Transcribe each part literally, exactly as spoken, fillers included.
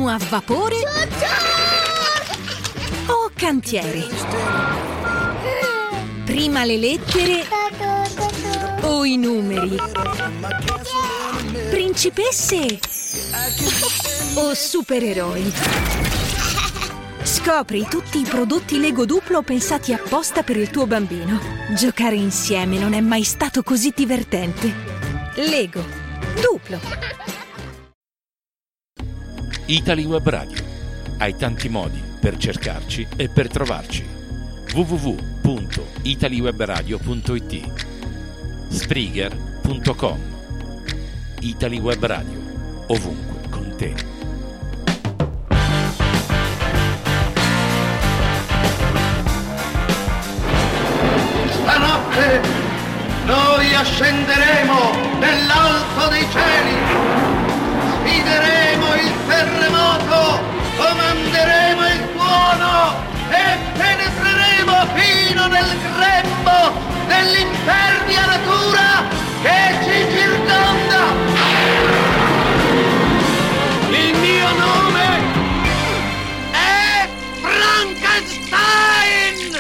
forno a vapore o cantiere? Prima le lettere o i numeri? Principesse o supereroi? Scopri tutti i prodotti Lego Duplo pensati apposta per il tuo bambino. Giocare insieme non è mai stato così divertente. Lego Duplo. Italy Web Radio. Hai tanti modi per cercarci e per trovarci. w w w punto italy web radio punto i t Spreaker punto com. Italy Web Radio. Ovunque con te. Stanotte noi ascenderemo nell'alto dei cieli, sfideremo il terremoto, comanderemo il tuono e penetreremo fino nel grembo dell'impervia natura che ci circonda. Il mio nome è Frankenstein!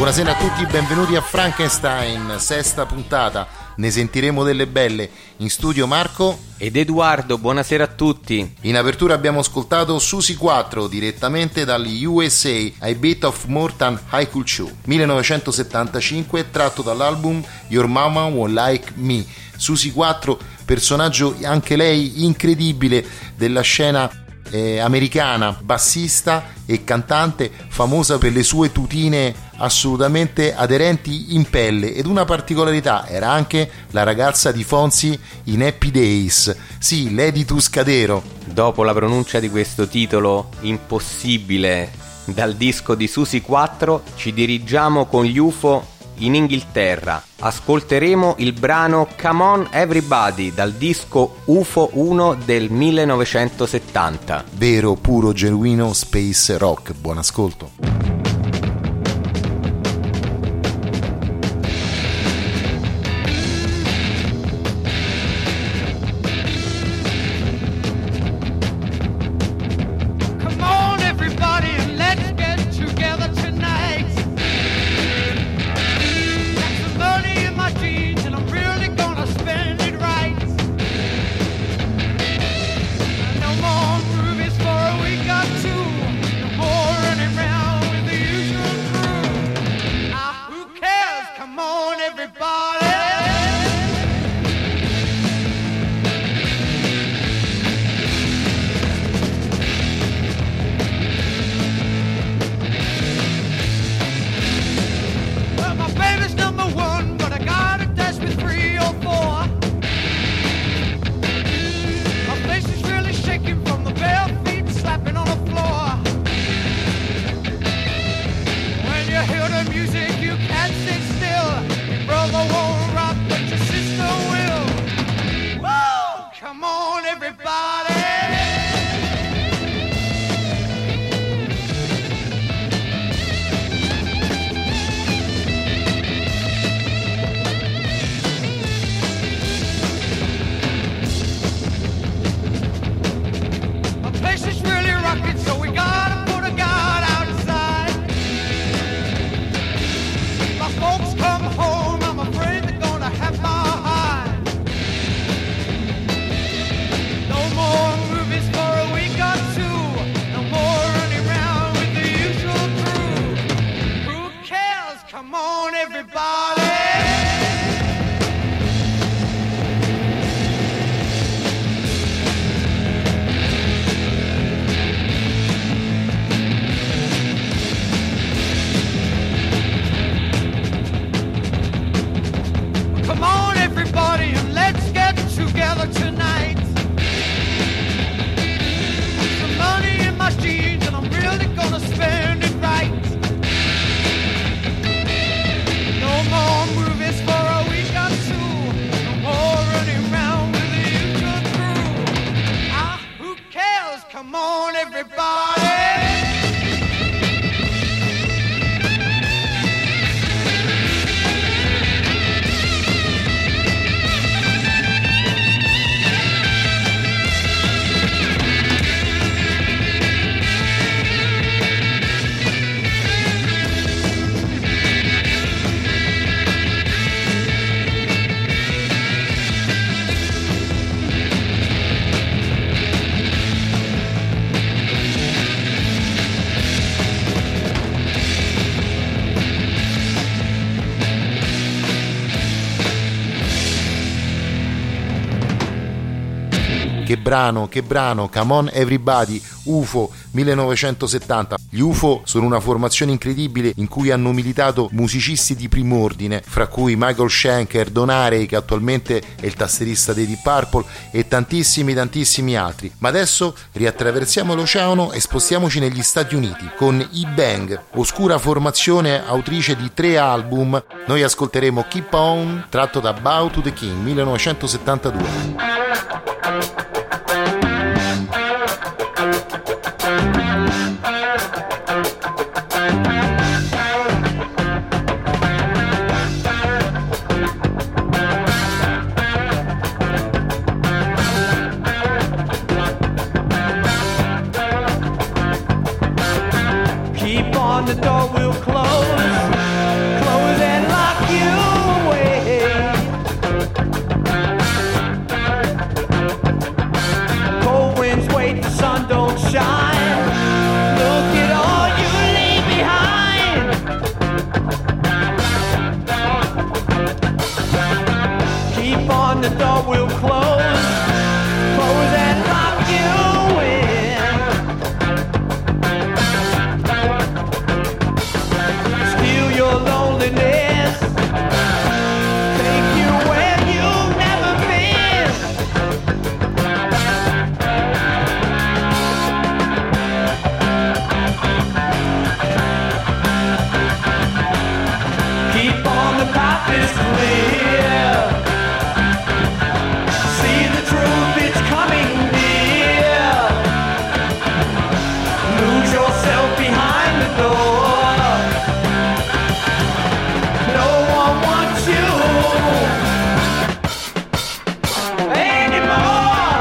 Buonasera a tutti, benvenuti a Frankenstein, sesta puntata, ne sentiremo delle belle. In studio Marco ed Edoardo, buonasera a tutti. In apertura abbiamo ascoltato Susie quattro direttamente dagli U S A, I Bit of More Than I Could Chew, millenovecentosettantacinque, tratto dall'album Your Mama Won't Like Me. Susie quattro, personaggio anche lei incredibile della scena eh, americana, bassista e cantante, famosa per le sue tutine assolutamente aderenti in pelle, ed una particolarità: era anche la ragazza di Fonzi in Happy Days. Sì, Lady Tuscadero. Dopo la pronuncia di questo titolo impossibile dal disco di Susie quattro, ci dirigiamo con gli U F O in Inghilterra. Ascolteremo il brano Come On Everybody dal disco U F O uno del millenovecentosettanta. Vero, puro, genuino space rock. Buon ascolto. Che brano, che brano, Come On Everybody, U F O millenovecentosettanta. Gli U F O sono una formazione incredibile in cui hanno militato musicisti di prim'ordine, fra cui Michael Schenker, Don Airey, che attualmente è il tastierista dei Deep Purple, e tantissimi tantissimi altri. Ma adesso riattraversiamo l'oceano e spostiamoci negli Stati Uniti con i Bang, oscura formazione autrice di tre album. Noi ascolteremo Keep On, tratto da Bow to the King millenovecentosettantadue. The door will close. door will close, close and lock you in. Steal your loneliness, take you where you've never been. Keep on the path is clear. See the truth, it's coming near. Lose yourself behind the door. No one wants you anymore.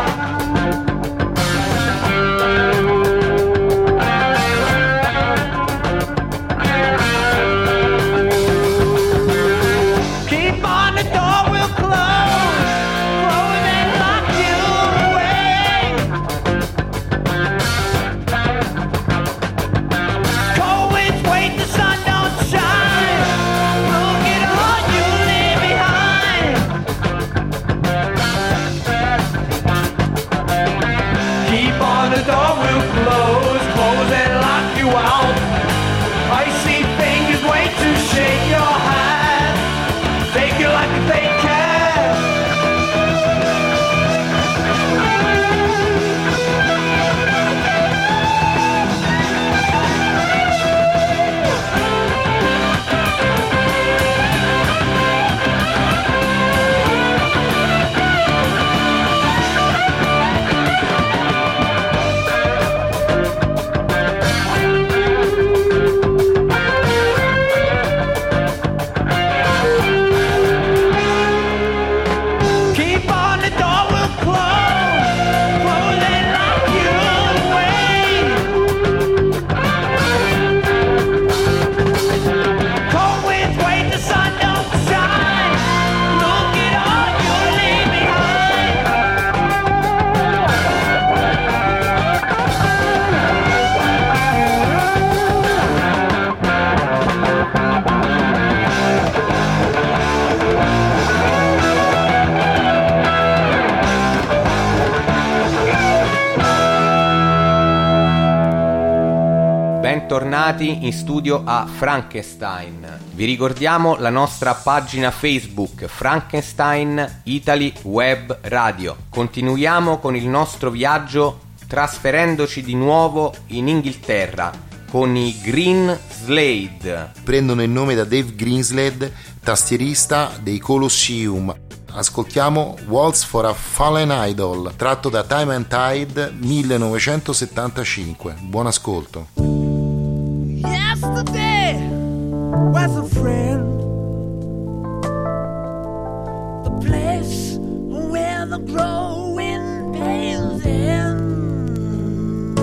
Keep on, the door will close, close and lock you away. Cold winds wait, the sun don't shine. Look at all you leave behind. Keep on, the door will close, close and lock you out. Icy fingers wait to shake your hand. Take you like they can. Keep on, the door will close, close and lock you away. Cold winds wait, the sun don't shine. Look at all you leave behind. Bentornati in studio a Frankenstein. Vi ricordiamo la nostra pagina Facebook Frankenstein Italy Web Radio. Continuiamo con il nostro viaggio trasferendoci di nuovo in Inghilterra con i Green Slade. Prendono il nome da Dave Greenslade, tastierista dei Colosseum. Ascoltiamo Waltz for a Fallen Idol, tratto da Time and Tide millenovecentosettantacinque. Buon ascolto. Yesterday was a friend, the place where the growing pains end.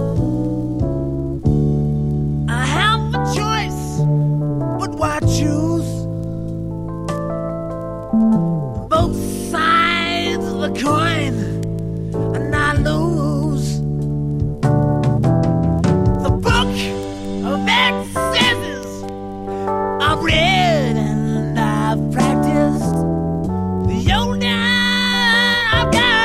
I have a choice, but why choose? Both sides of the coin, and I lose. The book of exercises I've read and I've practiced. The older I've got,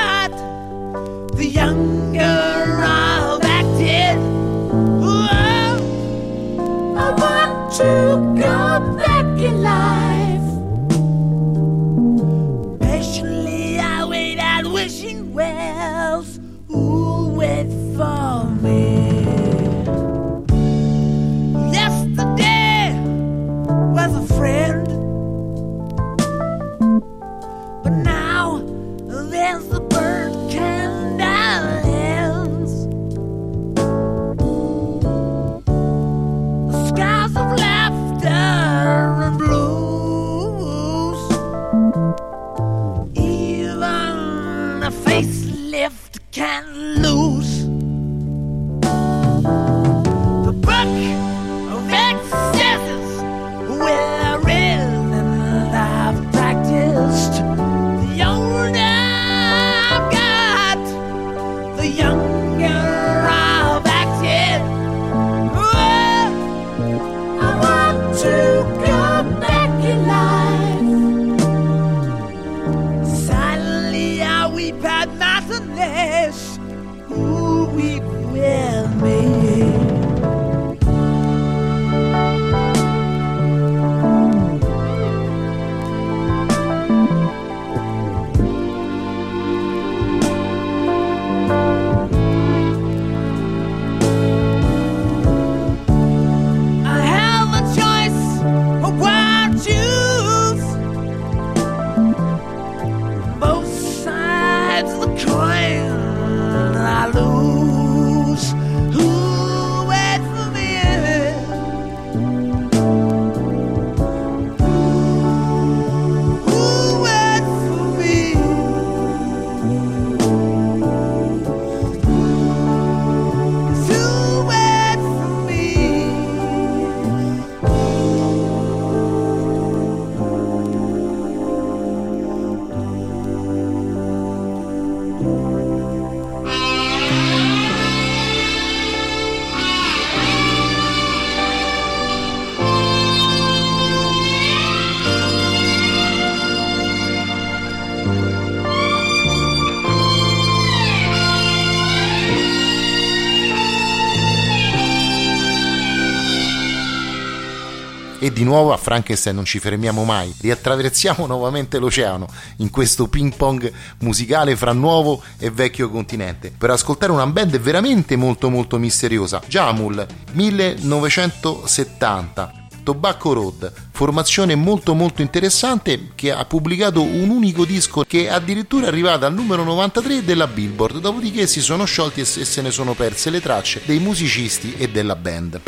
E di nuovo a Frankenstein non ci fermiamo mai, riattraversiamo nuovamente l'oceano in questo ping pong musicale fra nuovo e vecchio continente per ascoltare una band veramente molto molto misteriosa, Jamul, millenovecentosettanta, Tobacco Road, formazione molto molto interessante che ha pubblicato un unico disco che è addirittura arrivato al numero novantatré della Billboard, dopodiché si sono sciolti e se ne sono perse le tracce dei musicisti e della band.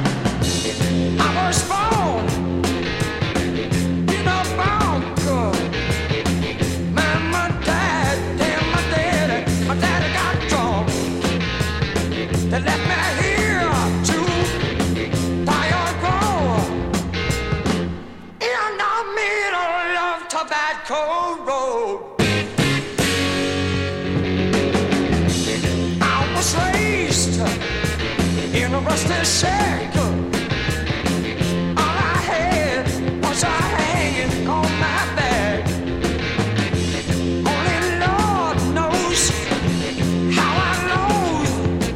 Tobacco Road. I was raised in a rusty shack. All I had was a hanging on my back. Only Lord knows how I loathe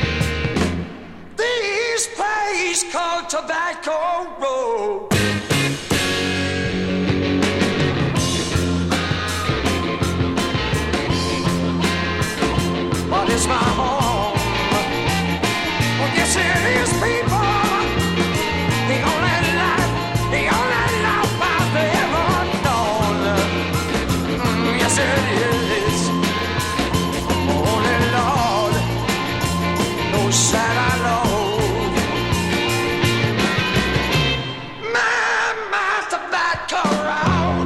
these places called Tobacco Road. It's my home. Well, yes, it is, people. The only life, the only life I've ever known. Mm, yes, it is. Only Lord knows that I know. My, my tobacco road.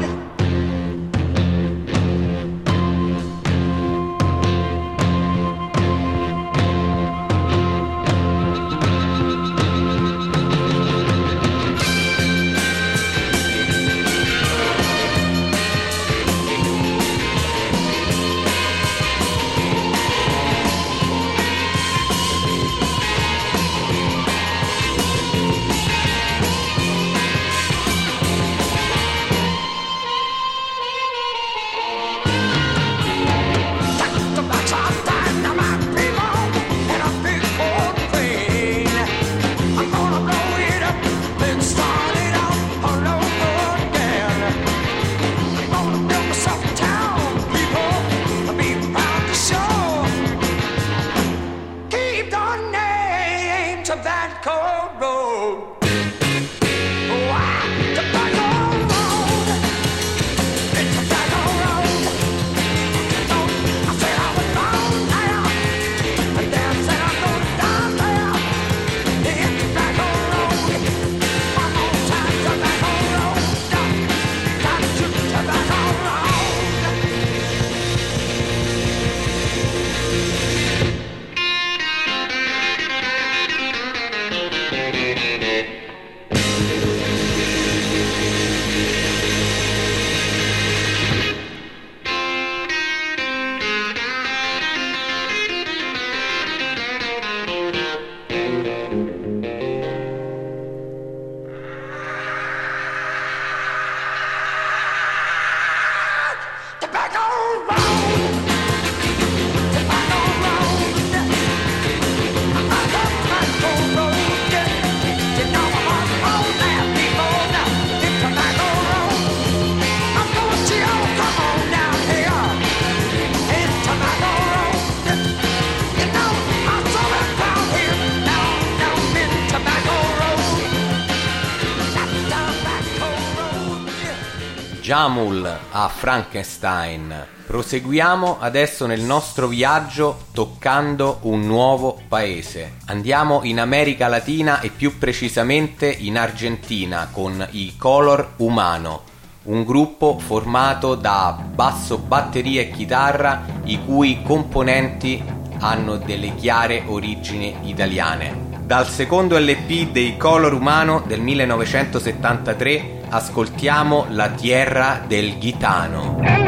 Jamul a Frankenstein. Proseguiamo adesso nel nostro viaggio toccando un nuovo paese. Andiamo in America Latina e più precisamente in Argentina con i Color Humano, un gruppo formato da basso, batteria e chitarra i cui componenti hanno delle chiare origini italiane. Dal secondo L P dei Color Humano del millenovecentosettantatré ascoltiamo La Tierra del Gitano.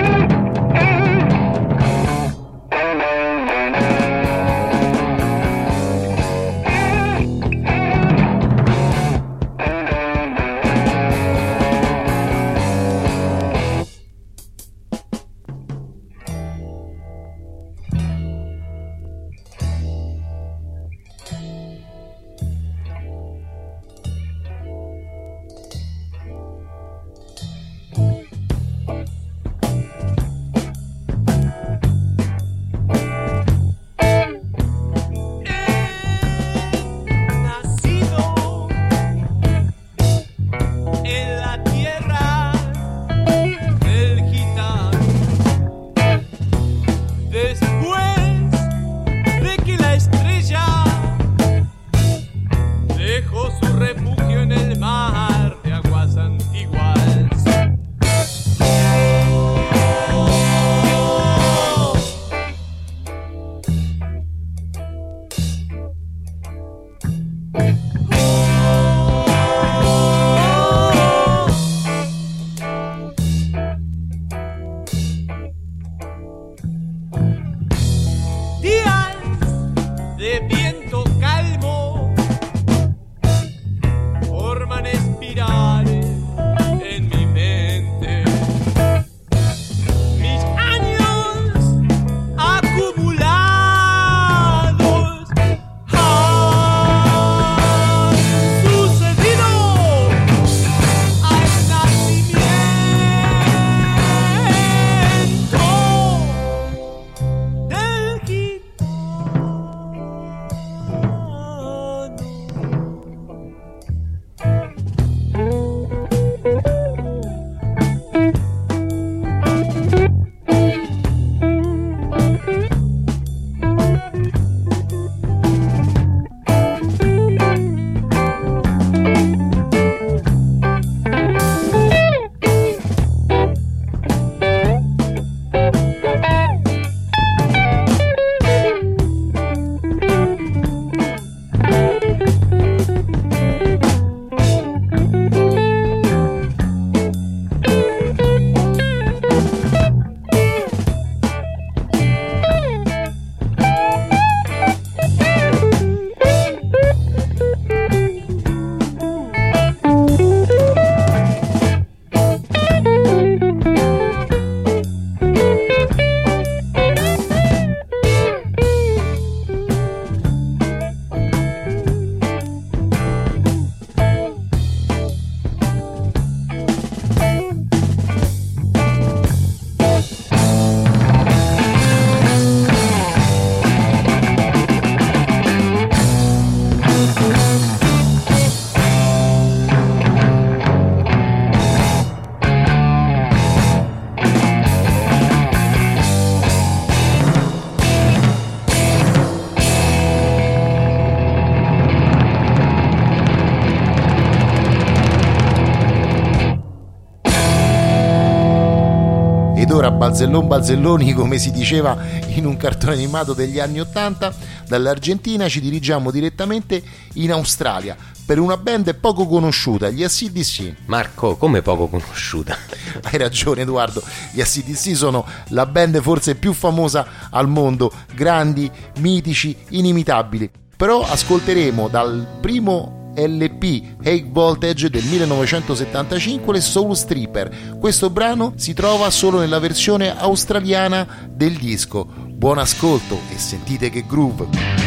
Balzellon Balzelloni, come si diceva in un cartone animato degli anni ottanta. Dall'Argentina ci dirigiamo direttamente in Australia per una band poco conosciuta, gli A C D C. Marco, come poco conosciuta? Hai ragione Edoardo, gli A C D C sono la band forse più famosa al mondo, grandi, mitici, inimitabili. Però ascolteremo dal primo L P High Voltage del millenovecentosettantacinque le Soul Stripper. Questo brano si trova solo nella versione australiana del disco. Buon ascolto e sentite che groove.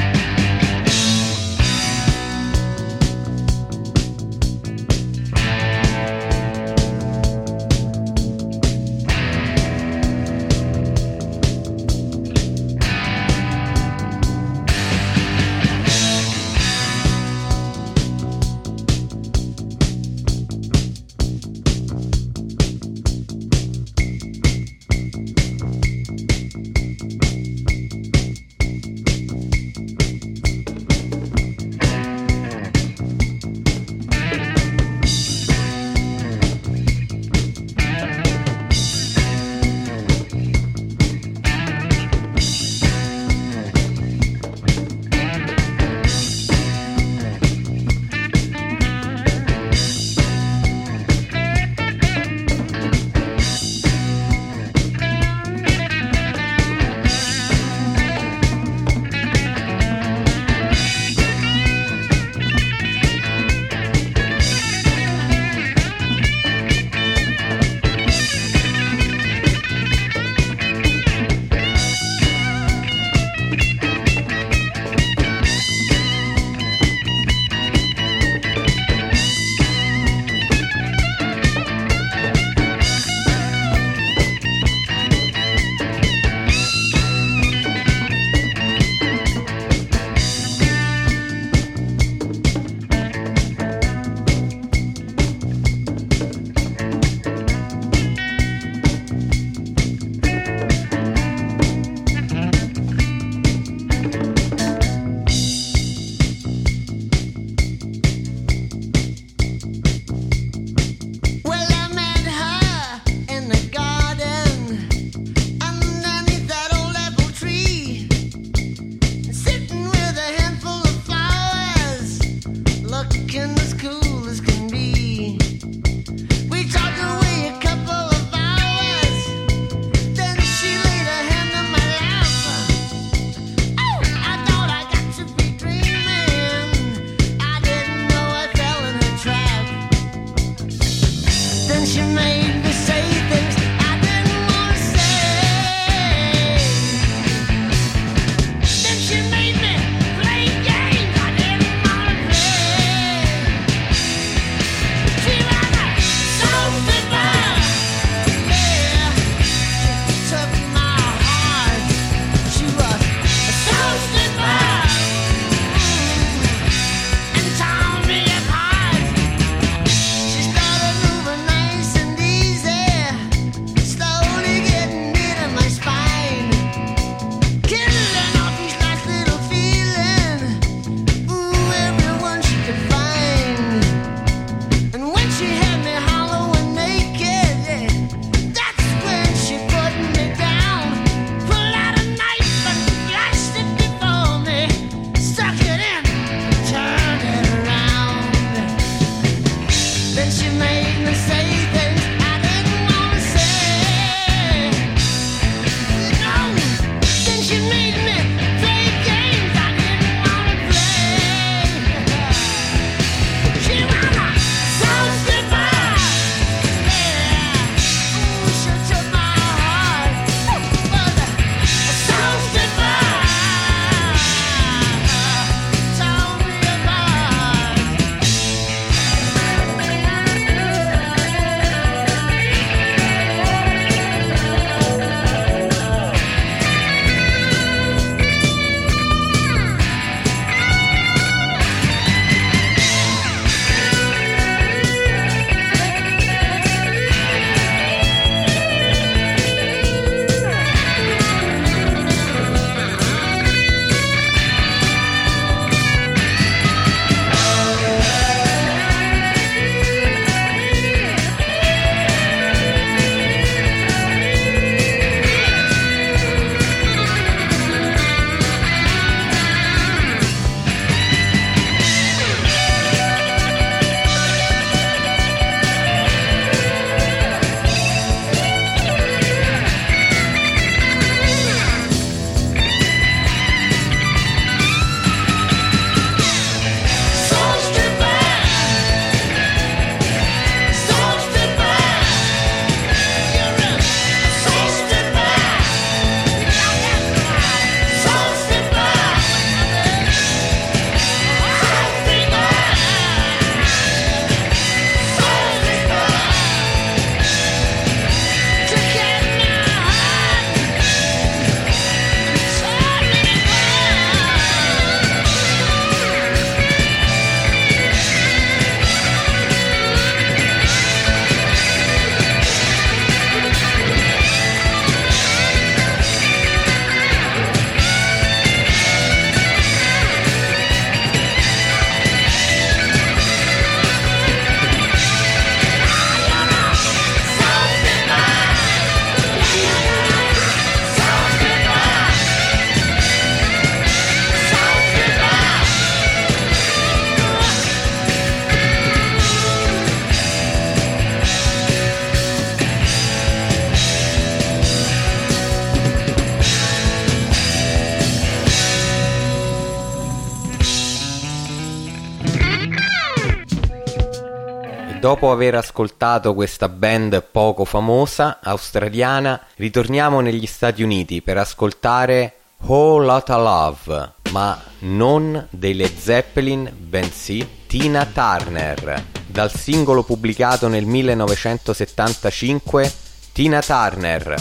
Dopo aver ascoltato questa band poco famosa, australiana, ritorniamo negli Stati Uniti per ascoltare Whole Lotta Love, ma non dei Led Zeppelin, bensì Tina Turner. Dal singolo pubblicato nel millenovecentosettantacinque, Tina Turner.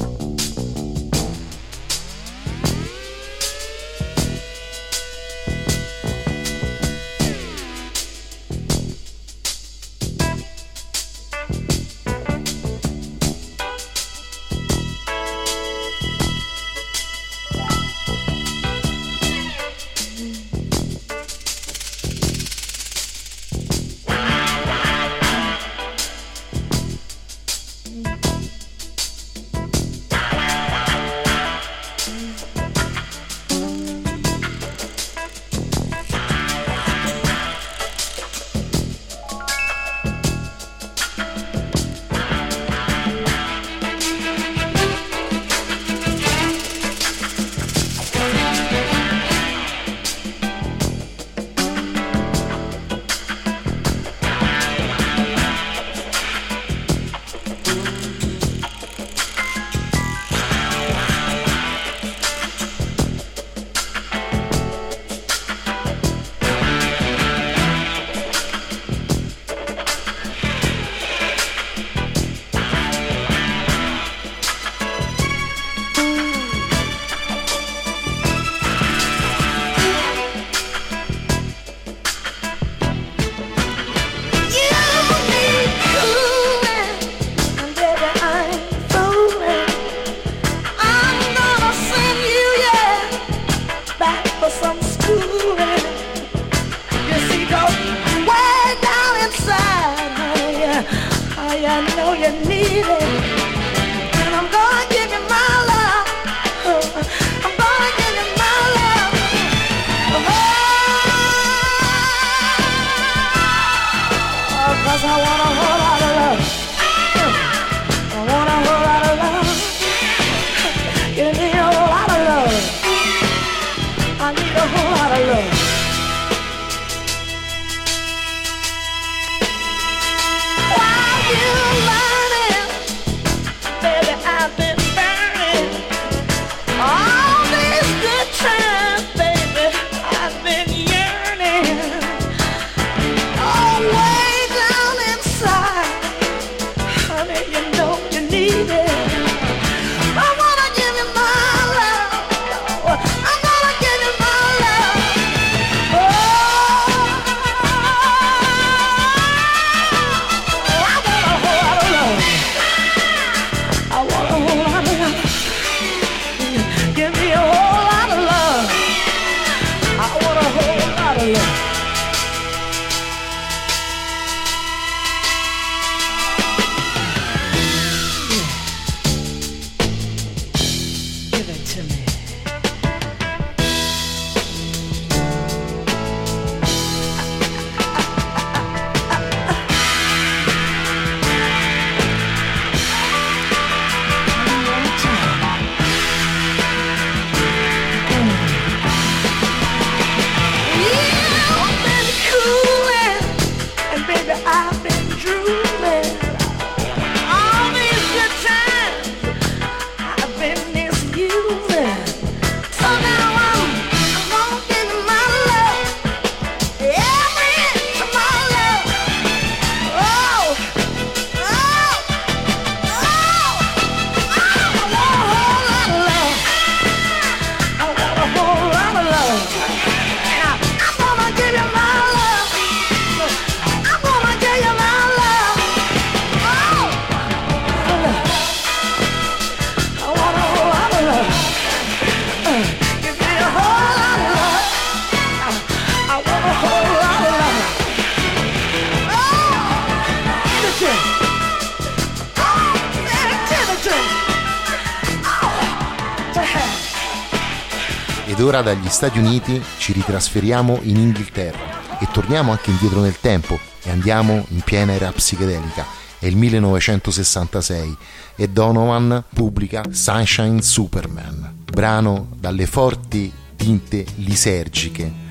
Ed ora dagli Stati Uniti ci ritrasferiamo in Inghilterra e torniamo anche indietro nel tempo e andiamo in piena era psichedelica. È il millenovecentosessantasei e Donovan pubblica Sunshine Superman, brano dalle forti tinte lisergiche,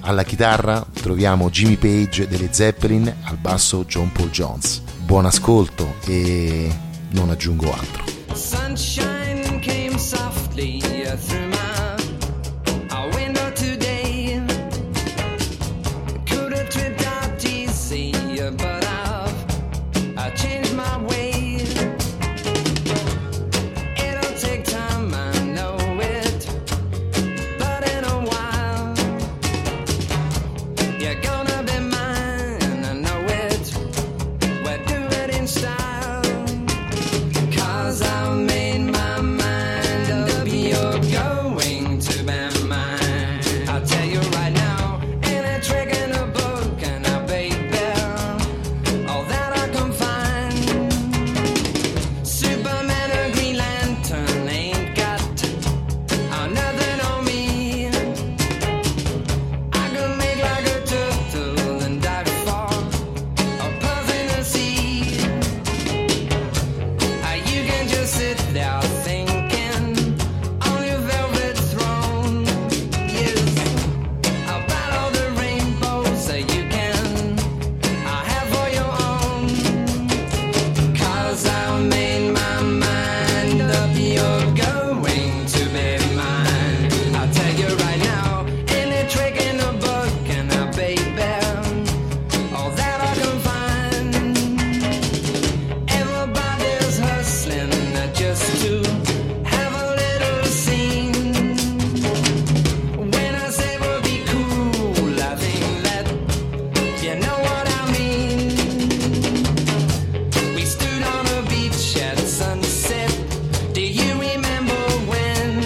Alla chitarra troviamo Jimmy Page delle Zeppelin, al basso John Paul Jones. Buon ascolto e non aggiungo altro. Sunshine came softly through my window today. Could have tripped out easy, but I've I changed my ways. It'll take time, I know it, but in a while you're gonna be mine, I know it. We'll do it in style, 'cause I made my mind up, you're going to be mine. I'll tell you right now, ain't a trick in a book, and I baby, all that I can find. Superman or Green Lantern ain't got uh, nothing on me. I can make like a turtle and dive for a puff in the sea. Uh, you can just sit there thinking on your velvet throne, yes, about all the rainbows that you can uh, have for your own. 'Cause I made my mind up, you're going to be mine. I'll tell you right now, ain't a trick in the book, and I baby, all that I can find. Everybody's hustling just to have a little scene. When I say we'll be cool, I think that you know what I mean. We stood on a beach at sunset. Do you remember when?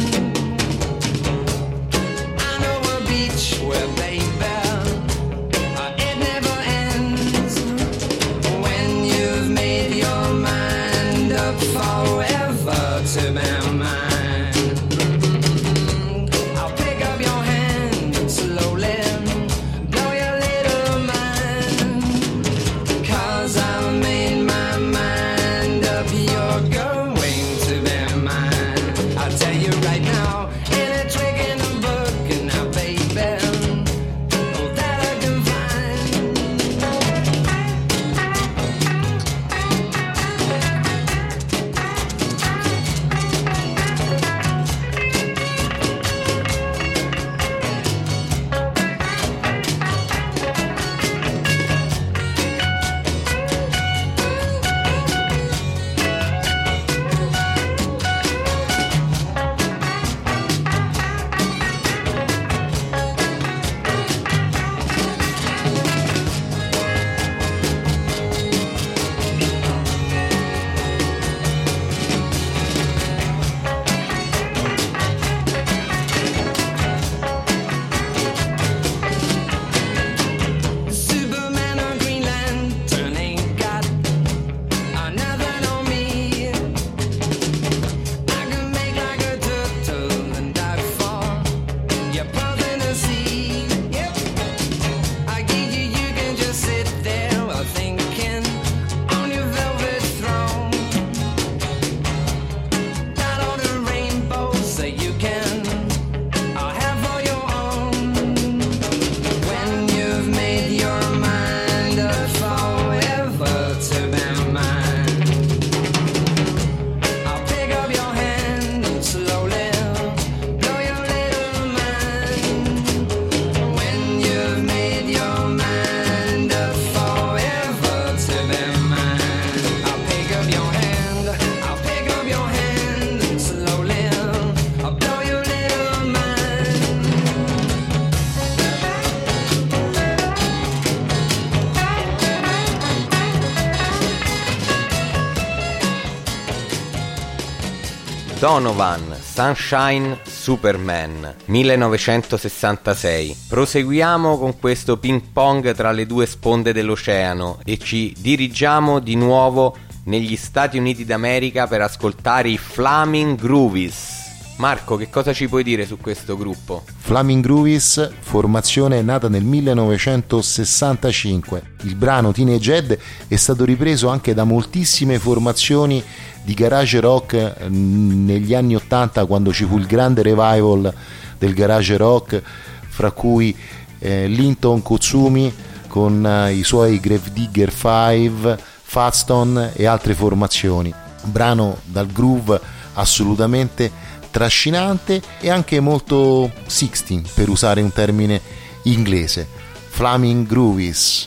I know a beach where, baby, uh, it never ends. When you've made your mind up forever to be mine, I'll pick up your hand and slowly blow your little mind. 'Cause I made my mind up, you're going to be mine. I'll tell you right now, ain't a trick in the book, and now baby, all that I can find. Superman or Green Lantern ain't got uh, nothing on me. I can make like a turtle and dive for your puff in the sea. Yep, I give you, you can just sit there while thinking on your velvet throne about all the rainbows that you can uh, have for your own. When you've made your mind up forever to be mine, I'll pick up your hand and slowly blow your little mind. When you've made your mind up forever to be mine, I'll pick up your hand, I'll pick up your hand and slowly I'll blow your little mind. Donovan, Sunshine Superman, millenovecentosessantasei. Proseguiamo con questo ping pong tra le due sponde dell'oceano e ci dirigiamo di nuovo negli Stati Uniti d'America per ascoltare i Flaming Groovies. Marco, che cosa ci puoi dire su questo gruppo? Flaming Groovies, formazione nata nel millenovecentosessantacinque. Il brano Teenage Head è stato ripreso anche da moltissime formazioni di garage rock negli anni ottanta, quando ci fu il grande revival del garage rock, fra cui eh, Linton Kotsumi con eh, i suoi Gravedigger cinque, Fatstone e altre formazioni. Brano dal groove assolutamente trascinante e anche molto sixteen, per usare un termine inglese. Flaming Groovies.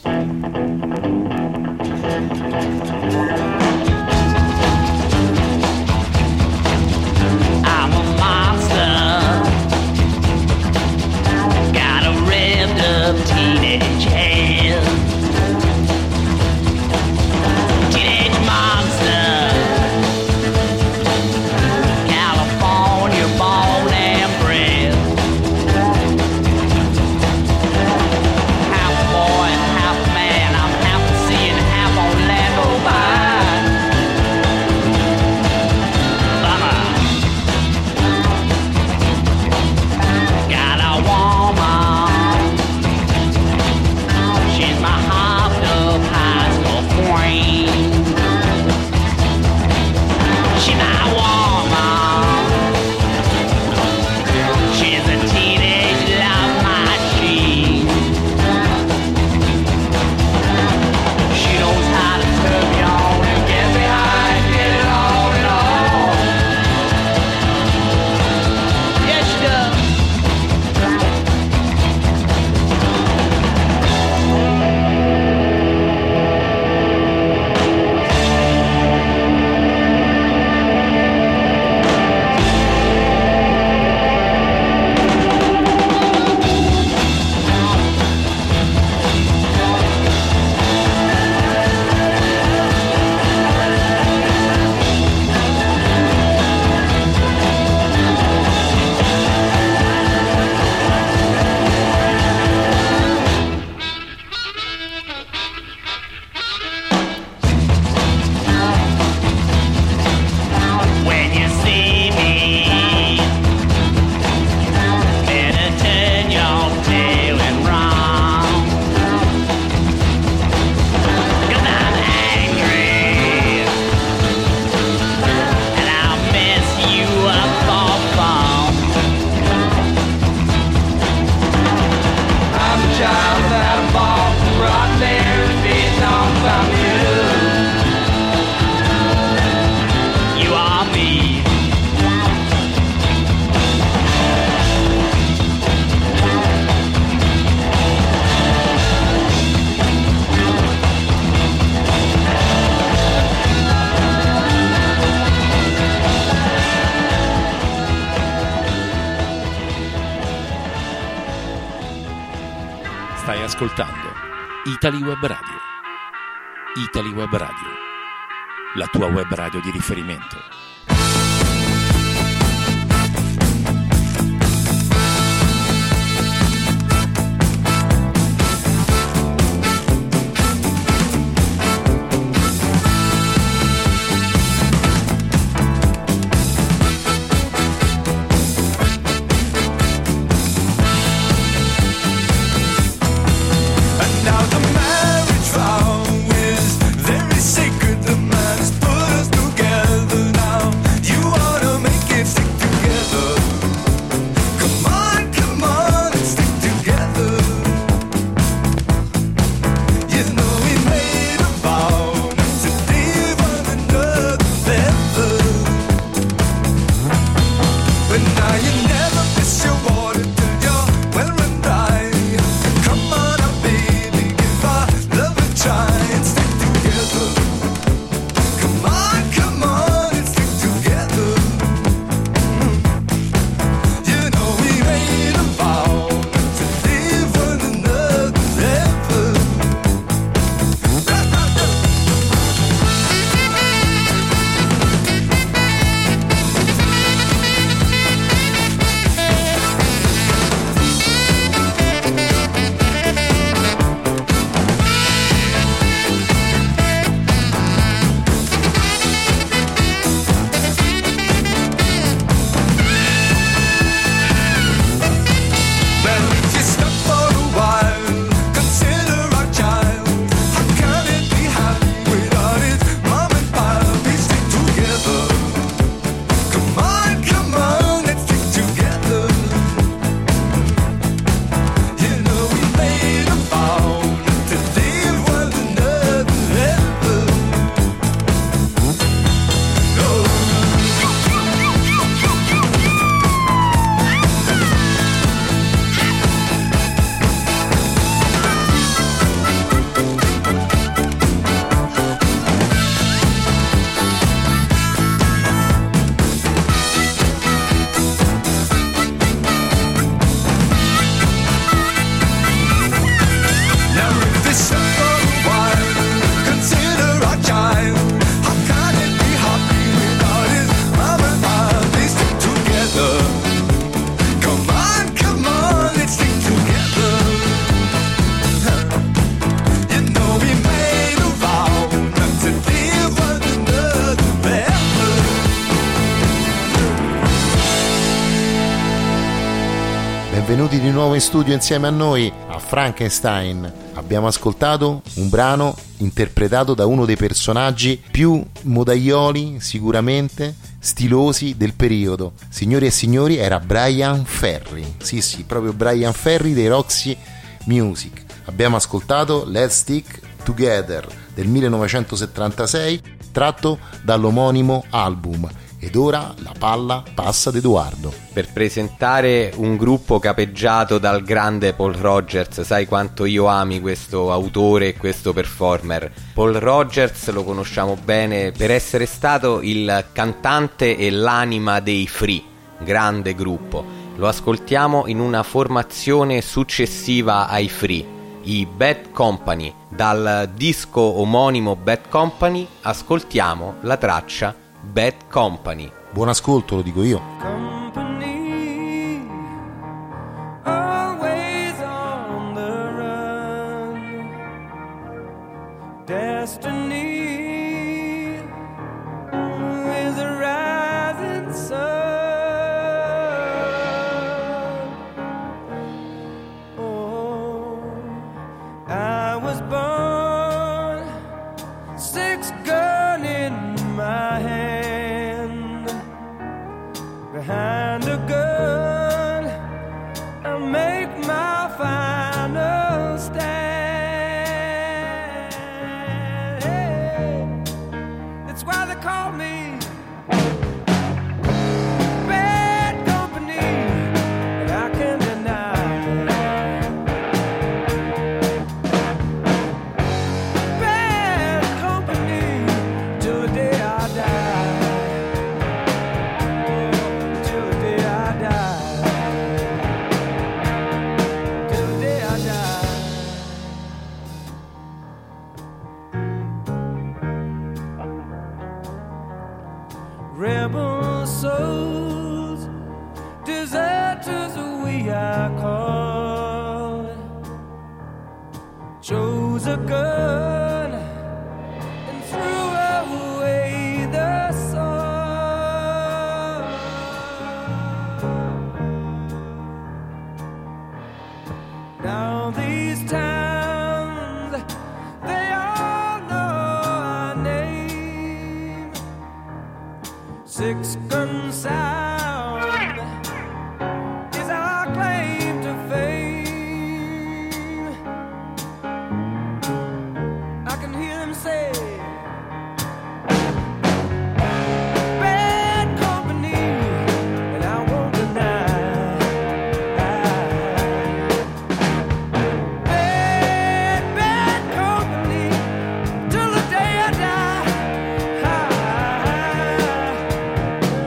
Stai ascoltando Italy Web Radio. Italy Web Radio, la tua web radio di riferimento. Now the marriage vow is very sacred. The man has put us together now. benvenuti di nuovo in studio insieme a noi a Frankenstein. Abbiamo ascoltato un brano interpretato da uno dei personaggi più modaioli, sicuramente stilosi del periodo. Signori e signori, era Bryan Ferry. Sì, sì, proprio Bryan Ferry dei Roxy Music. Abbiamo ascoltato Let's Stick Together del millenovecentosettantasei, tratto dall'omonimo album. Ed ora la palla passa ad Edoardo per presentare un gruppo capeggiato dal grande Paul Rogers. Sai quanto io ami questo autore e questo performer. Paul Rogers lo conosciamo bene per essere stato il cantante e l'anima dei Free, grande gruppo. Lo ascoltiamo in una formazione successiva ai Free, i Bad Company. Dal disco omonimo Bad Company ascoltiamo la traccia Bad Company. Buon ascolto, lo dico io. Company, always on the run. Destiny is a rising sun. Oh, I was born, six gun in my hand. Behind a gun, I make my final stand. Hey, it's why they call me Bad Company, and I can't deny. Bad Company till the day I die. Rebel souls, deserters we are called. Chose a gun and threw away the sword. Now these towns, they all know our name. Six gun sound is our claim to fame. I can hear them say, Bad Company, and I won't deny. Bad, bad company till the day I die.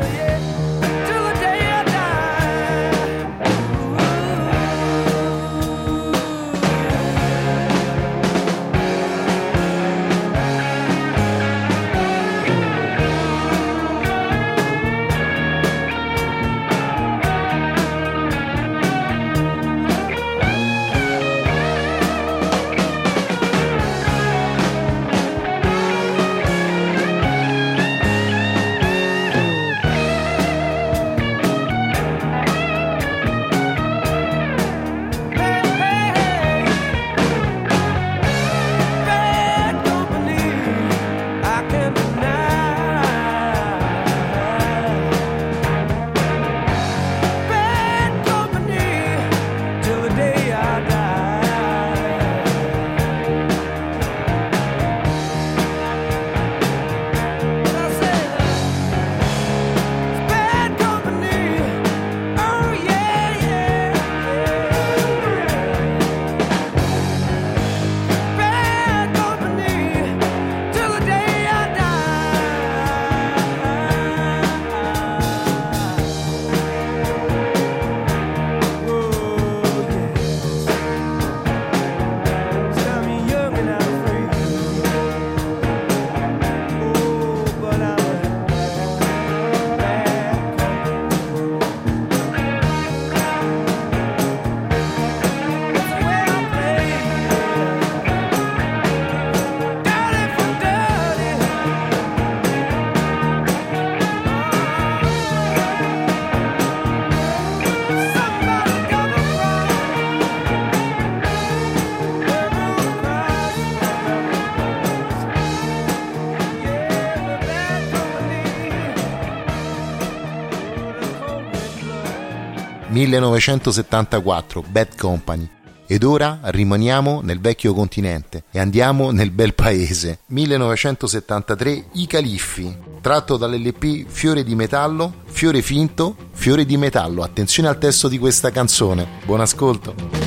millenovecentosettantaquattro, Bad Company. Ed ora rimaniamo nel vecchio continente e andiamo nel bel paese. millenovecentosettantatré, I Califfi, tratto dall'L P Fiore di Metallo, Fiore Finto, Fiore di Metallo. Attenzione al testo di questa canzone. Buon ascolto.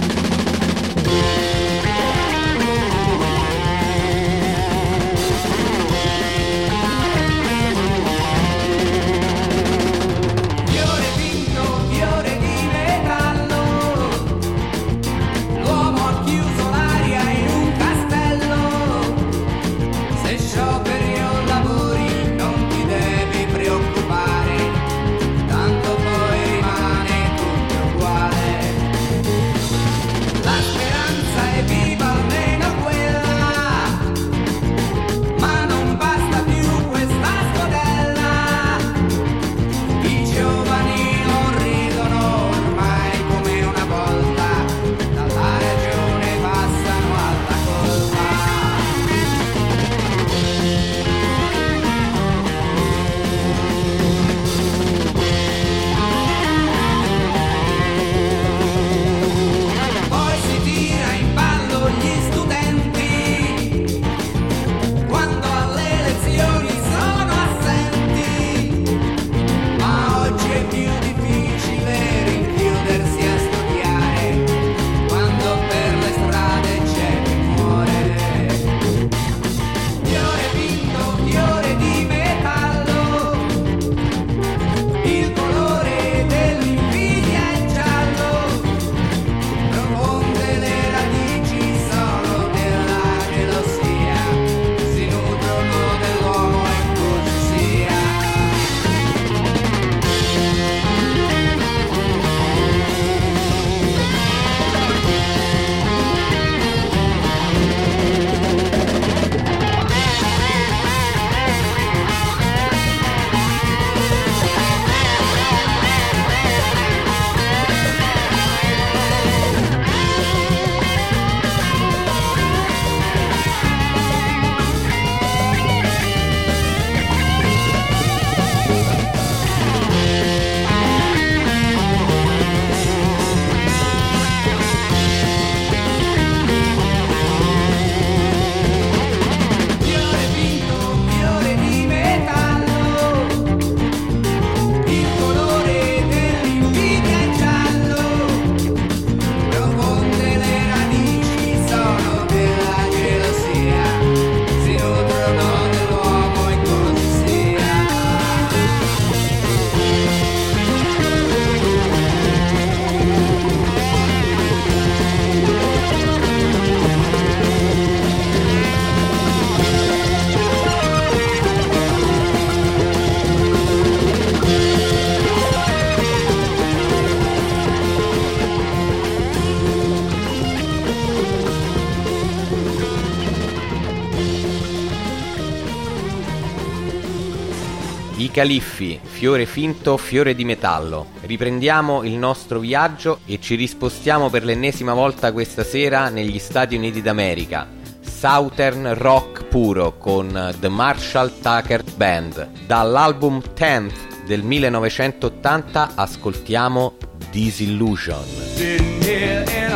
I Califfi, Fiore Finto, Fiore di Metallo. Riprendiamo il nostro viaggio e ci rispostiamo per l'ennesima volta questa sera negli Stati Uniti d'America. Southern rock puro con The Marshall Tucker Band. Dall'album tenth del millenovecentottanta ascoltiamo Disillusion. Sitting here in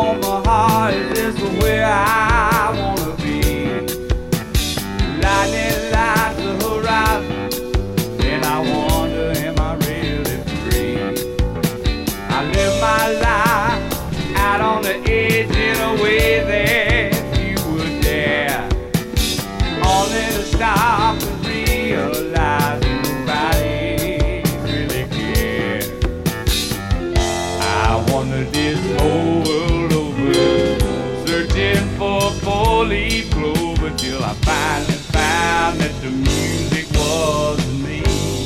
Omaha, is this where I wanna be? Lightning lights the horizon, and I wonder, am I really free? I live my life out on the edge in a way that you would dare. Only to stop and realize nobody really cares. I wandered this whole world over, searching for four-leaf clover, till I finally found that the music was me.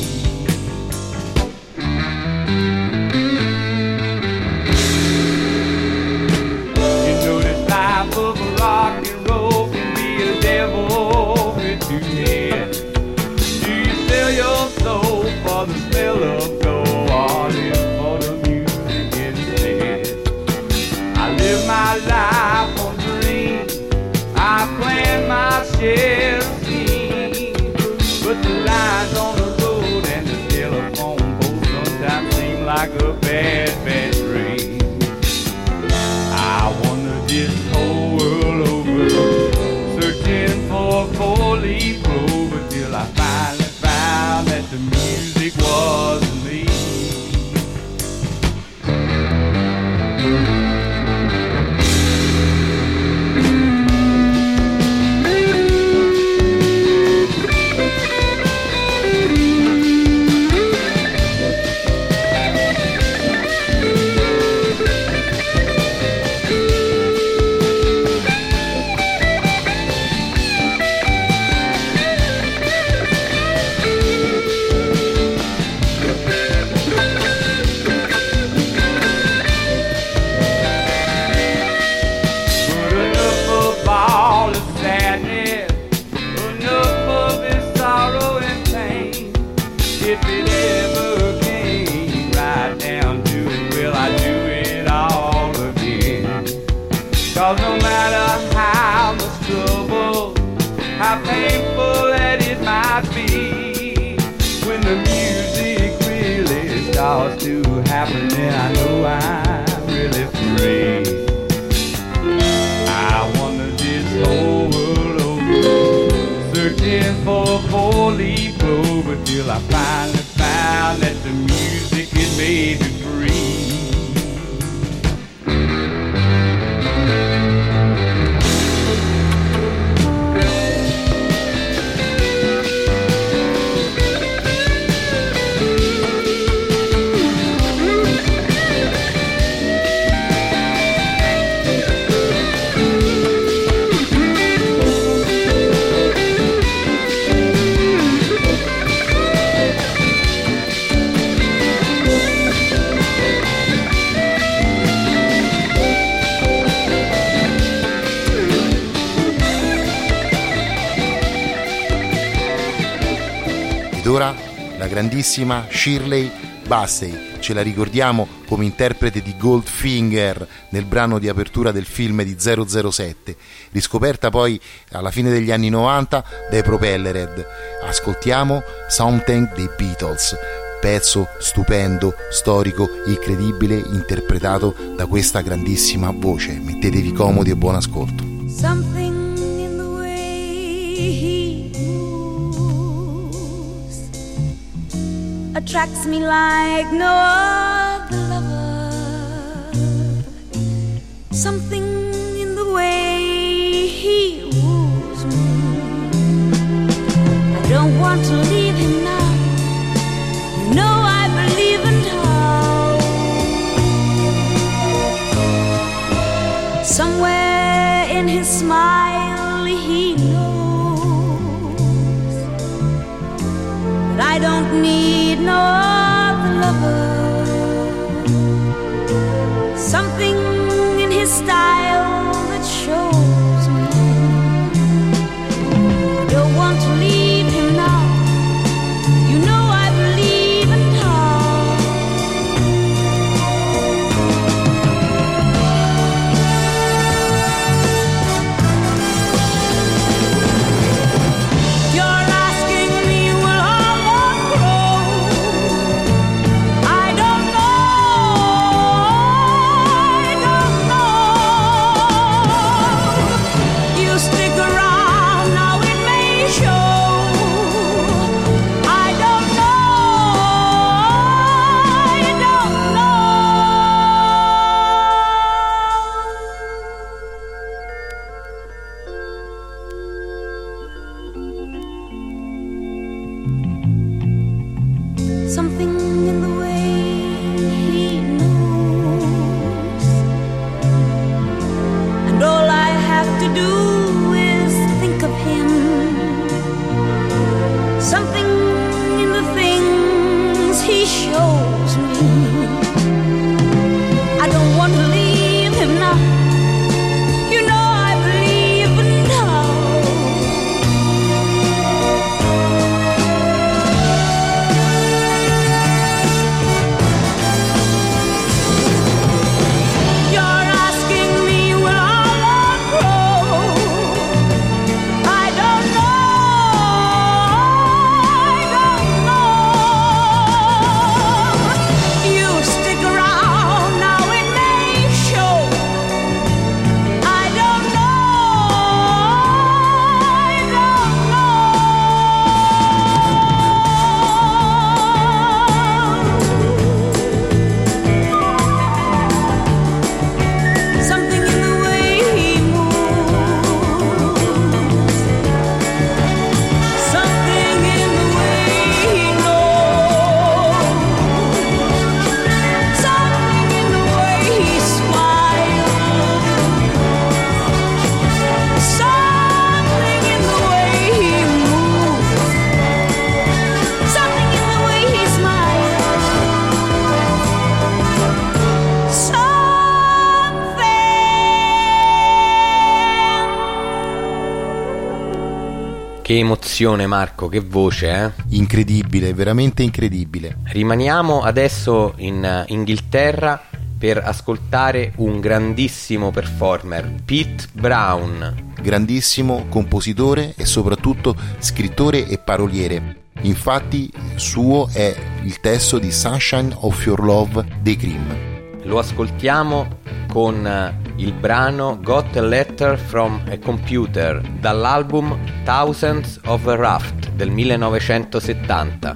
You know this life of rock and roll can be a devil with two heads. Do you sell your soul for the smell of gold, or live for the music instead? I live my life on dreams, I plan my share of schemes, but the lines on the road and the telephone poles sometimes seem like like a bad, bad dream. I wander this whole world over, searching for a four-leaf clover, till I finally found that the music wasn't me. How painful that it might be, when the music really starts to happen, then I know I'm really free. I wander this whole world over, searching for a four-leaf clover, till I finally found that the music it made me free. Ora la grandissima Shirley Bassey, ce la ricordiamo come interprete di Goldfinger nel brano di apertura del film di zero zero sette, riscoperta poi alla fine degli anni novanta dai Propellerhead. Ascoltiamo Something dei Beatles, pezzo stupendo, storico, incredibile, interpretato da questa grandissima voce. Mettetevi comodi e buon ascolto. Something in the way he moves attracts me like no other lover. Something in the way he woos me. I don't want to leave him now. You know I believe in how. Somewhere in his smile he knows that I don't need no other lover. Something in his style that shows me I don't want to leave him now. You know I believe in how. You're asking me will our love grow? I don't know, I don't know. Che emozione, Marco, che voce, eh? Incredibile, veramente incredibile. Rimaniamo adesso in Inghilterra per ascoltare un grandissimo performer, Pete Brown. Grandissimo compositore e soprattutto scrittore e paroliere. Infatti suo è il testo di Sunshine of Your Love dei Cream. Lo ascoltiamo con il brano Got a Letter from a Computer dall'album Thousands of a Raft del millenovecentosettanta.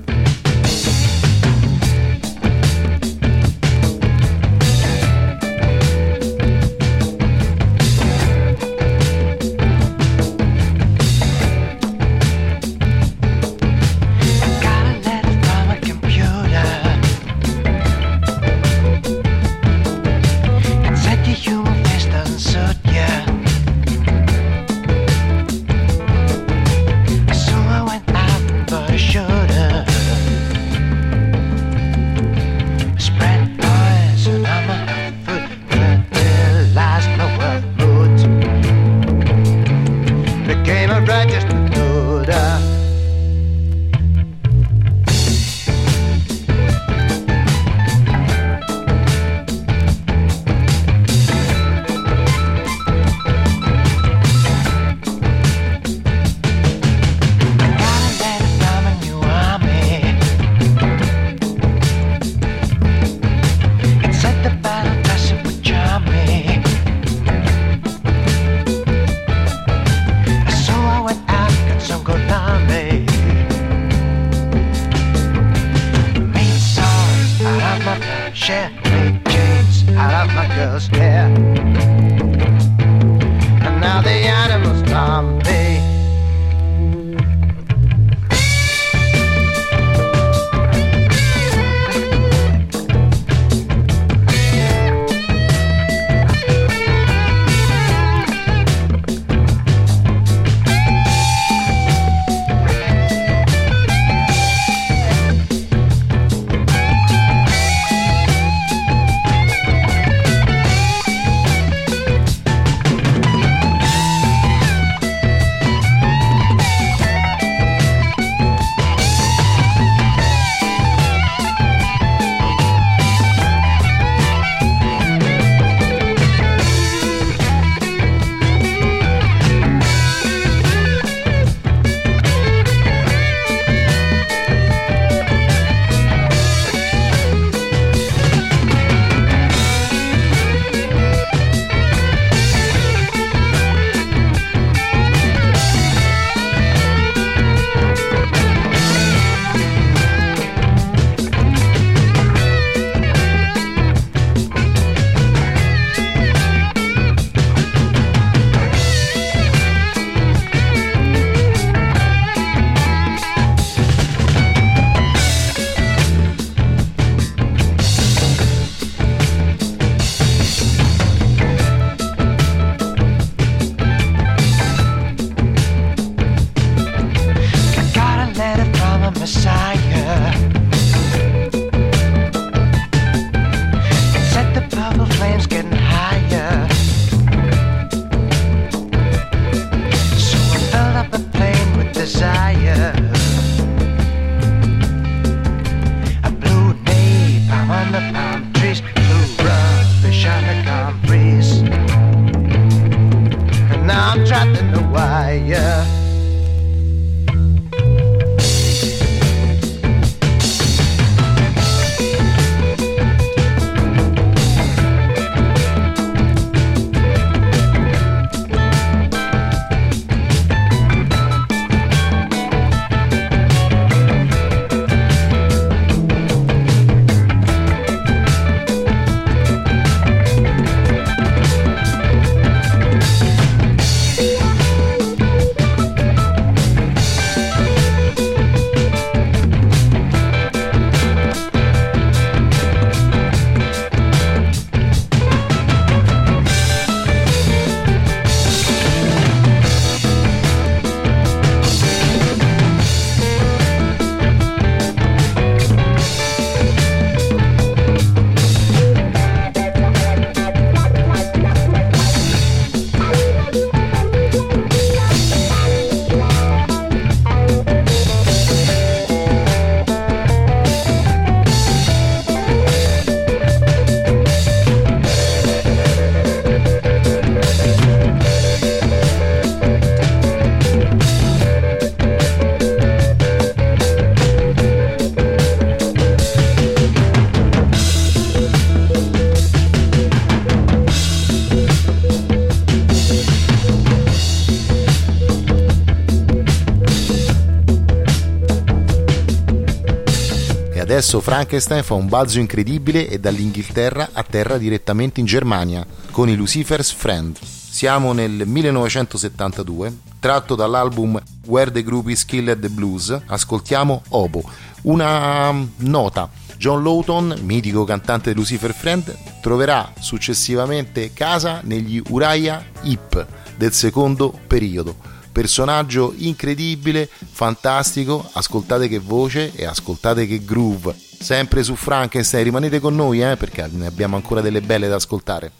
Adesso Frankenstein fa un balzo incredibile e dall'Inghilterra atterra direttamente in Germania con i Lucifer's Friend. Siamo nel millenovecentosettantadue, tratto dall'album Where the Groupies Killed the Blues, ascoltiamo Obo. Una nota: John Lawton, mitico cantante di Lucifer Friend, troverà successivamente casa negli Uriah Heep del secondo periodo. Personaggio incredibile, fantastico, ascoltate che voce e ascoltate che groove. Sempre su Frankenstein, rimanete con noi eh, perché ne abbiamo ancora delle belle da ascoltare.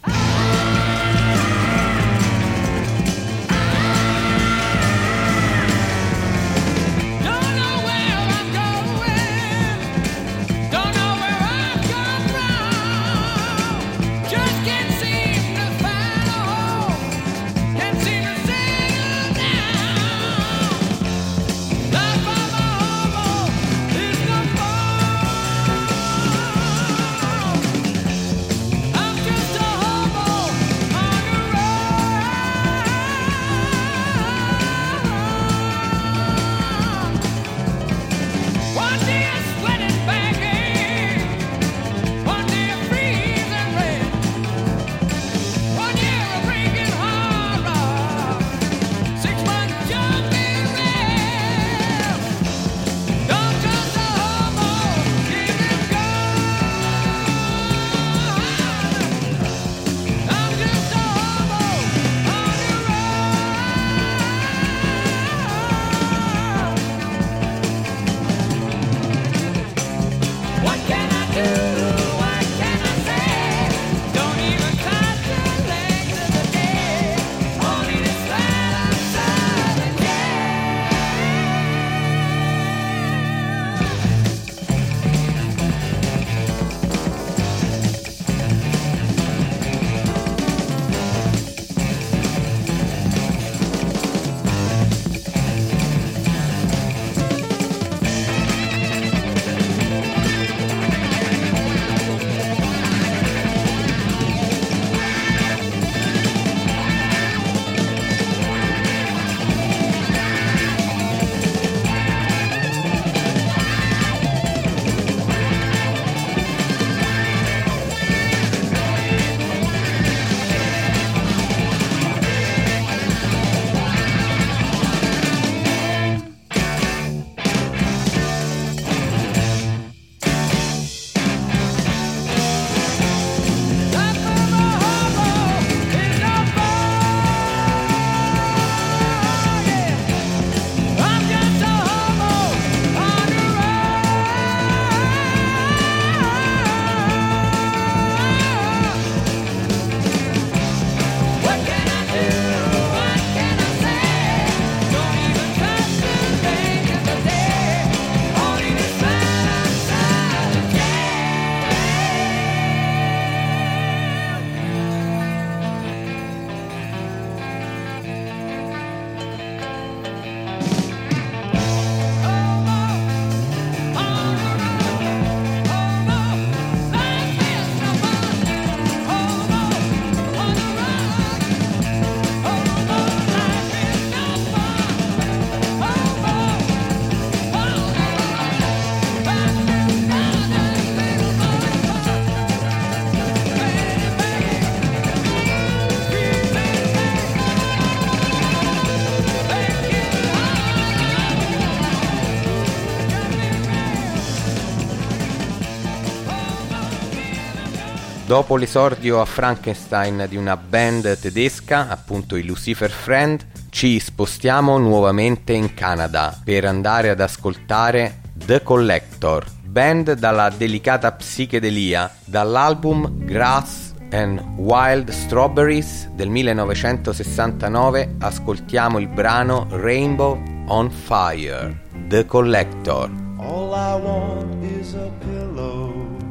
Dopo l'esordio a Frankenstein di una band tedesca, appunto i Lucifer Friend, ci spostiamo nuovamente in Canada per andare ad ascoltare The Collector, band dalla delicata psichedelia, dall'album Grass and Wild Strawberries del millenovecentosessantanove ascoltiamo il brano Rainbow on Fire, The Collector. All I want is a pillow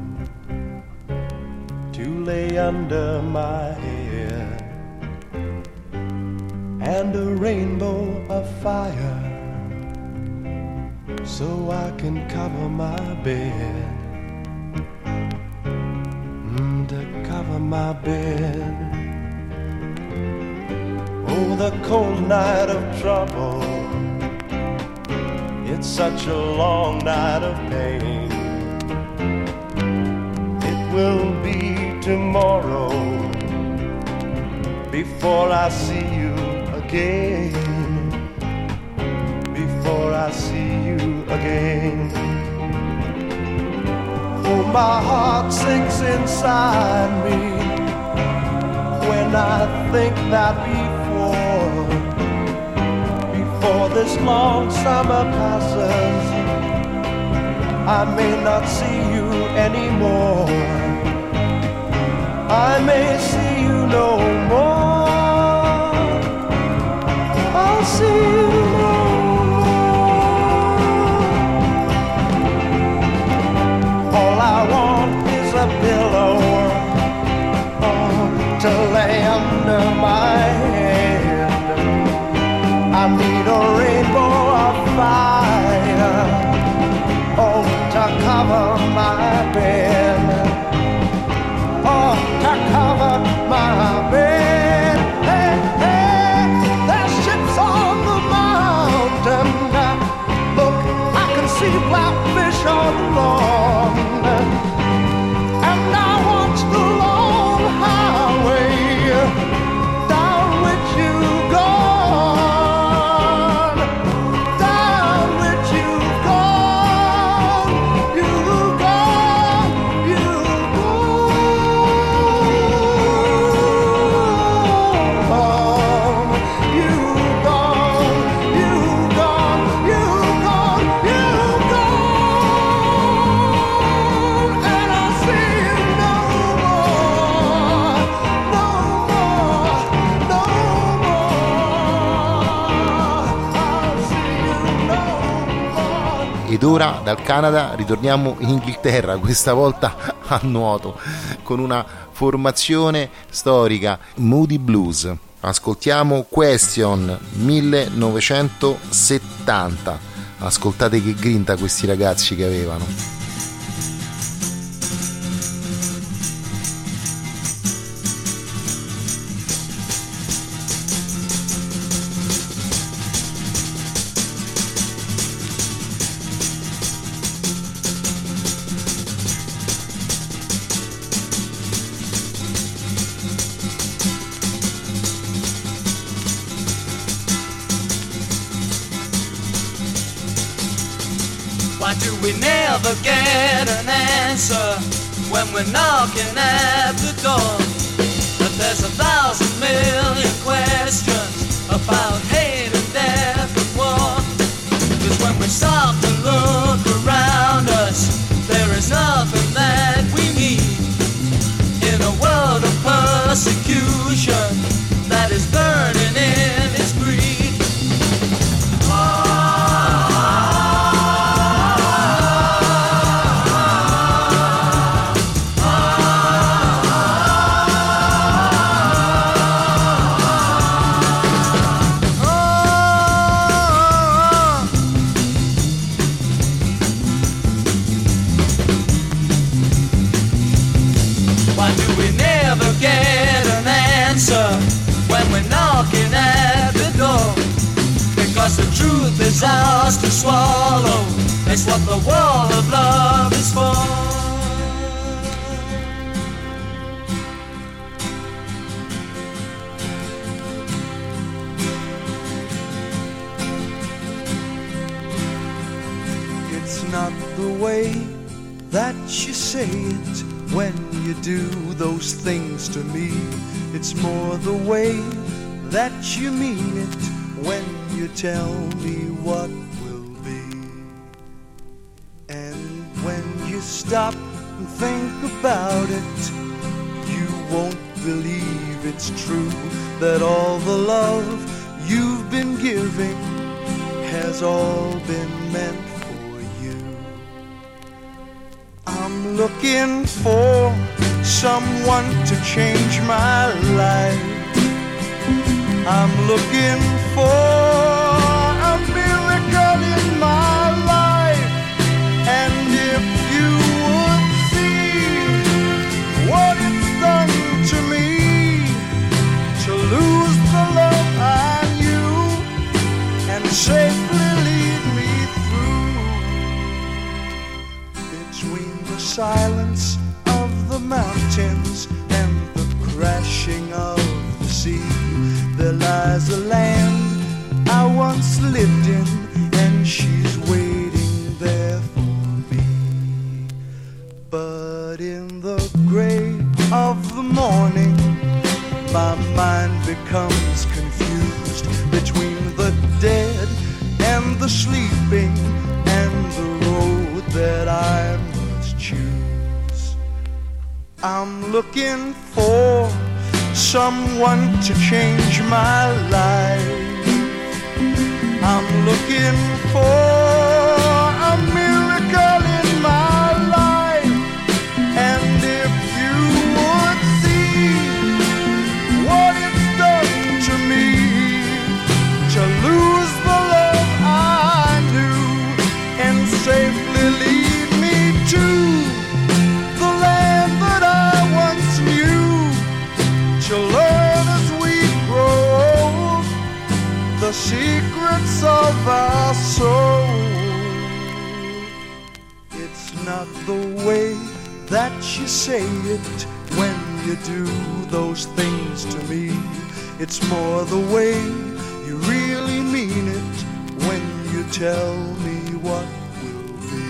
to lay under my head, and a rainbow of fire so I can cover my bed, mm, to cover my bed. Oh, the cold night of trouble, it's such a long night of pain. will be tomorrow before I see you again, before I see you again. Oh, my heart sinks inside me when I think that before, before this long summer passes, I may not see you anymore. I may see you no more. I'll see you no more. All I want is a pillow, oh, to lay under my head. I need a rainbow of fire, oh, to cover my bed, oh, to cover my bed. Hey, hey, there's ships on the mountain. Look, I can see blackfish all along, and I watch the long highway down which you go. Ed ora dal Canada ritorniamo in Inghilterra, questa volta a nuoto, con una formazione storica, Moody Blues. Ascoltiamo Question millenovecentosettanta. Ascoltate che grinta questi ragazzi che avevano. Why do we never get an answer when we're knocking at the door? But there's a thousand million questions about hate and death and war. 'Cause when we stop to look around us, there is nothing that we need in a world of persecution that is burning in its greed. When we're knocking at the door, because the truth is ours to swallow. It's what the wall of love is for. It's not the way that you say it when you do those things to me. It's more the way that you mean it when you tell me what will be. And when you stop and think about it, you won't believe it's true that all the love you've been giving has all been meant for you. I'm looking for someone to change my life. I'm looking for a miracle in my life. And if you would see what it's done to me, to lose the love I knew and safely lead me through between the silence of the mountains and the crashing of the sea. There lies a land I once lived in, and she's waiting there for me. But in the gray of the morning, my mind becomes confused between the dead and the sleeping and the road that I must choose. I'm looking for someone to change my life. I'm looking for a miracle in my life. And if you would see what it's done to me, to lose the love I knew and safely lead me to the land that I once knew, to learn as we grow the secrets of our soul. It's not the way that you say it when you do those things to me. It's more the way you really mean it when you tell me what will be.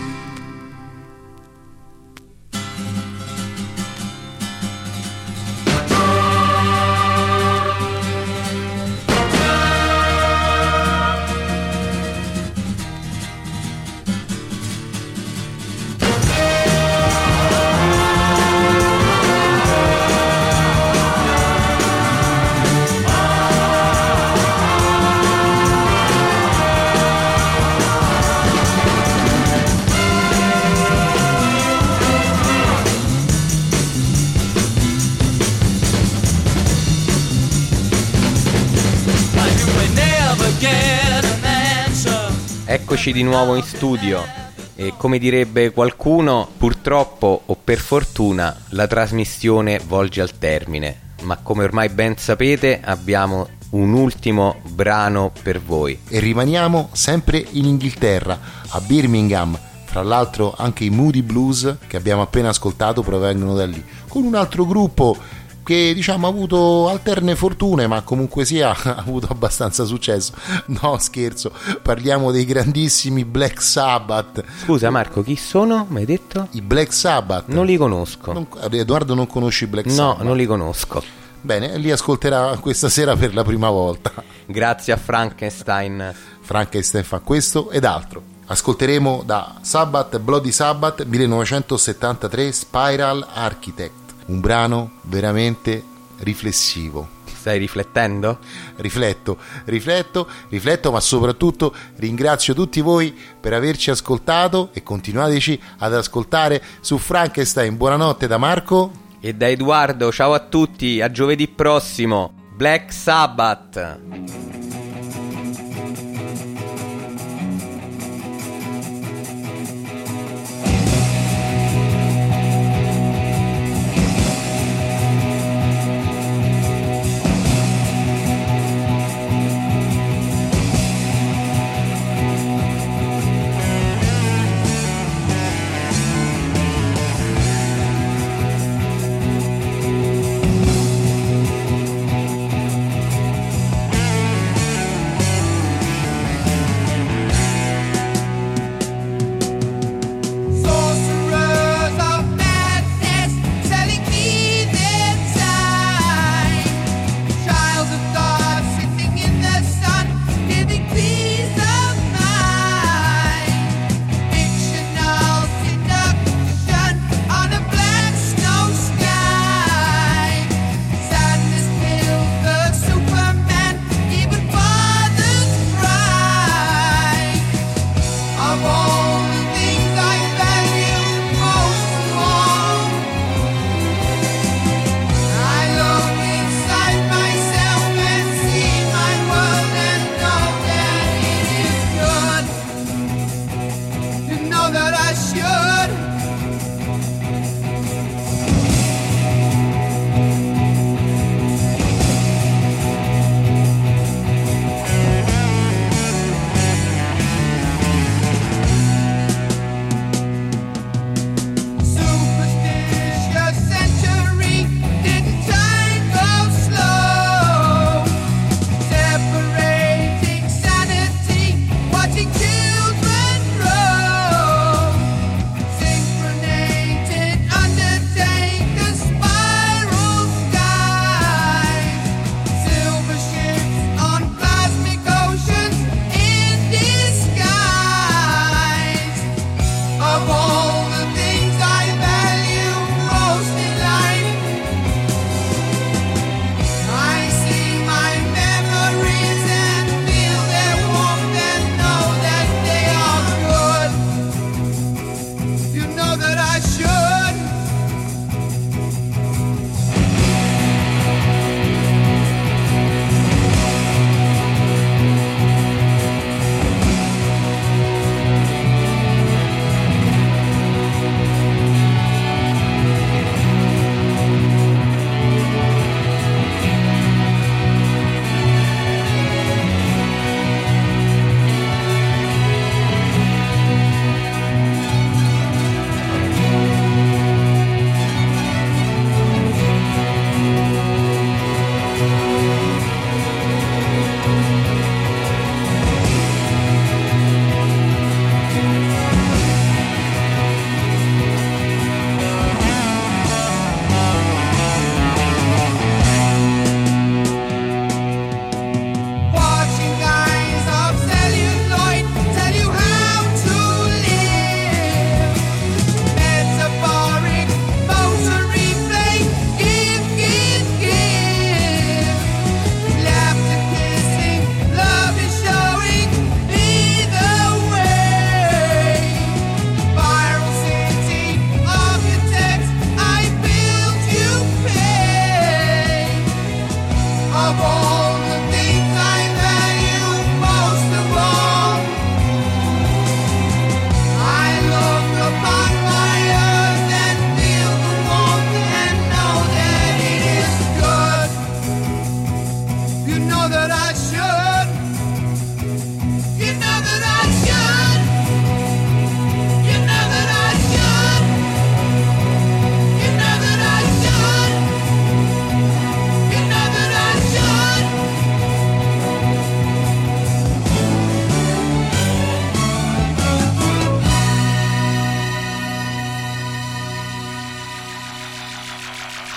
Eccoci di nuovo in studio e, come direbbe qualcuno, purtroppo o per fortuna la trasmissione volge al termine, ma come ormai ben sapete abbiamo un ultimo brano per voi. E rimaniamo sempre in Inghilterra, a Birmingham. Fra l'altro anche i Moody Blues che abbiamo appena ascoltato provengono da lì, con un altro gruppo che diciamo ha avuto alterne fortune, ma comunque sia ha avuto abbastanza successo. No, scherzo, parliamo dei grandissimi Black Sabbath. Scusa Marco, chi sono? Mi hai detto? I Black Sabbath. Non li conosco. Non, Edoardo, non conosci i Black no, Sabbath? No, non li conosco. Bene, li ascolterà questa sera per la prima volta. Grazie a Frankenstein. Frankenstein fa questo ed altro. Ascolteremo da Sabbath, Bloody Sabbath, millenovecentosettantatré, Spiral Architect. Un brano veramente riflessivo. Stai riflettendo? Rifletto, rifletto, rifletto, ma soprattutto ringrazio tutti voi per averci ascoltato e continuateci ad ascoltare su Frankenstein. Buonanotte da Marco e da Edoardo. Ciao a tutti, a giovedì prossimo. Black Sabbath.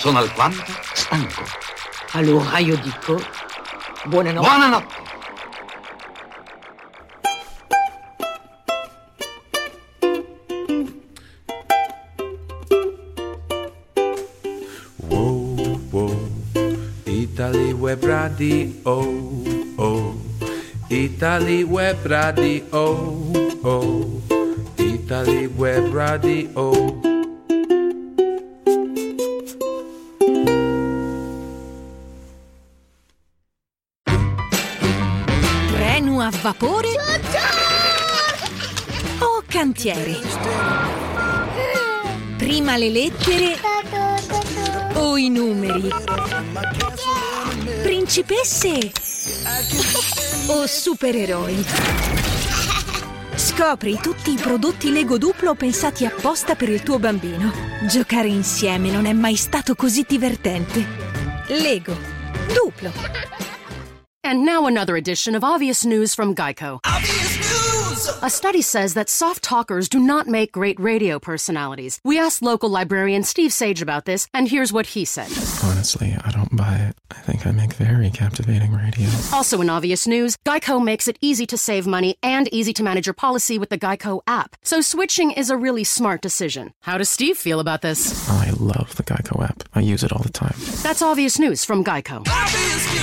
Sono alquanto stanco. Allora io dico buonanotte. Buonanotte. Wow, wow, Italy Web Radio, oh, Italy Web Radio, oh, Italy Web Radio. Treno a vapore o cantiere? Prima le lettere o i numeri? Principesse o supereroi? Scopri tutti i prodotti Lego Duplo pensati apposta per il tuo bambino. Giocare insieme non è mai stato così divertente. Lego Duplo. And now another edition of Obvious News from Geico. Obvious news! A study says that soft talkers do not make great radio personalities. We asked local librarian Steve Sage about this, and here's what he said. Honestly, I don't buy it. I think I make very captivating radio. Also in Obvious News, Geico makes it easy to save money and easy to manage your policy with the Geico app. So switching is a really smart decision. How does Steve feel about this? I love the Geico app. I use it all the time. That's Obvious News from Geico. Obvious